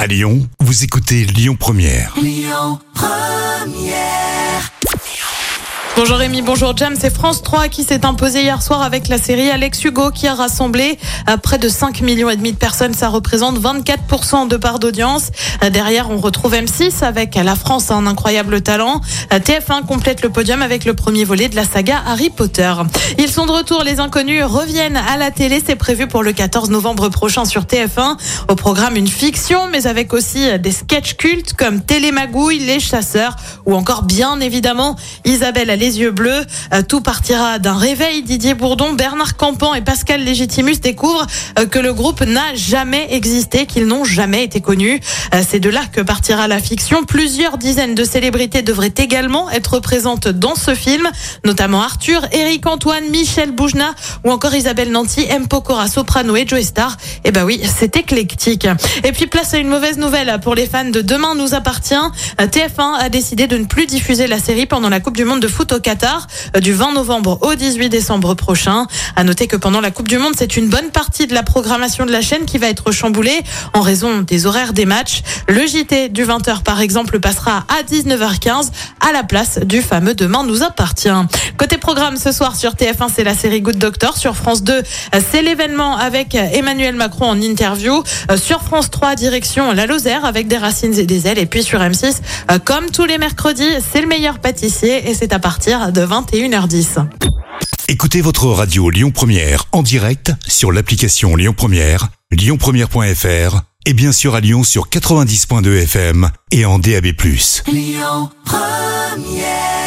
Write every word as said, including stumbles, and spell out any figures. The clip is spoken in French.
À Lyon, vous écoutez Lyon Première. Lyon Première. Bonjour Rémi, bonjour Jam, c'est France trois qui s'est imposé hier soir avec la série Alex Hugo qui a rassemblé près de cinq millions et demi de personnes. Ça représente vingt-quatre pour cent de part d'audience. Derrière, on retrouve M six avec La France a un incroyable talent. T F un complète le podium avec le premier volet de la saga Harry Potter. Ils sont de retour, les inconnus reviennent à la télé. C'est prévu pour le quatorze novembre prochain sur T F un. Au programme, une fiction, mais avec aussi des sketchs cultes comme Télémagouille, Les Chasseurs ou encore bien évidemment Isabelle à les yeux bleus. Tout partira d'un réveil. Didier Bourdon, Bernard Campan et Pascal Légitimus découvrent que le groupe n'a jamais existé, qu'ils n'ont jamais été connus. C'est de là que partira la fiction. Plusieurs dizaines de célébrités devraient également être présentes dans ce film, notamment Arthur, Éric Antoine, Michel Boujna ou encore Isabelle Nanty, M. Pokora Soprano et Joey Star. Eh ben oui, c'est éclectique. Et puis place à une mauvaise nouvelle pour les fans de Demain nous appartient. T F un a décidé de ne plus diffuser la série pendant la Coupe du Monde de foot au Qatar du vingt novembre au dix-huit décembre prochain. À noter que pendant la Coupe du Monde, c'est une bonne partie de la programmation de la chaîne qui va être chamboulée en raison des horaires des matchs. Le J T du vingt heures par exemple passera à dix-neuf heures quinze à la place du fameux Demain nous appartient. Côté programme ce soir sur T F un, c'est la série Good Doctor. Sur France deux, c'est l'événement avec Emmanuel Macron en interview. Sur France trois, direction la Lozère avec des racines et des ailes. Et puis sur M six, comme tous les mercredis, c'est le meilleur pâtissier et c'est à partir de vingt et une heures dix. Écoutez votre radio Lyon Première en direct sur l'application Lyon Première, lyon première point f r et bien sûr à Lyon sur quatre-vingt-dix point deux F M et en D A B plus. Lyon Première.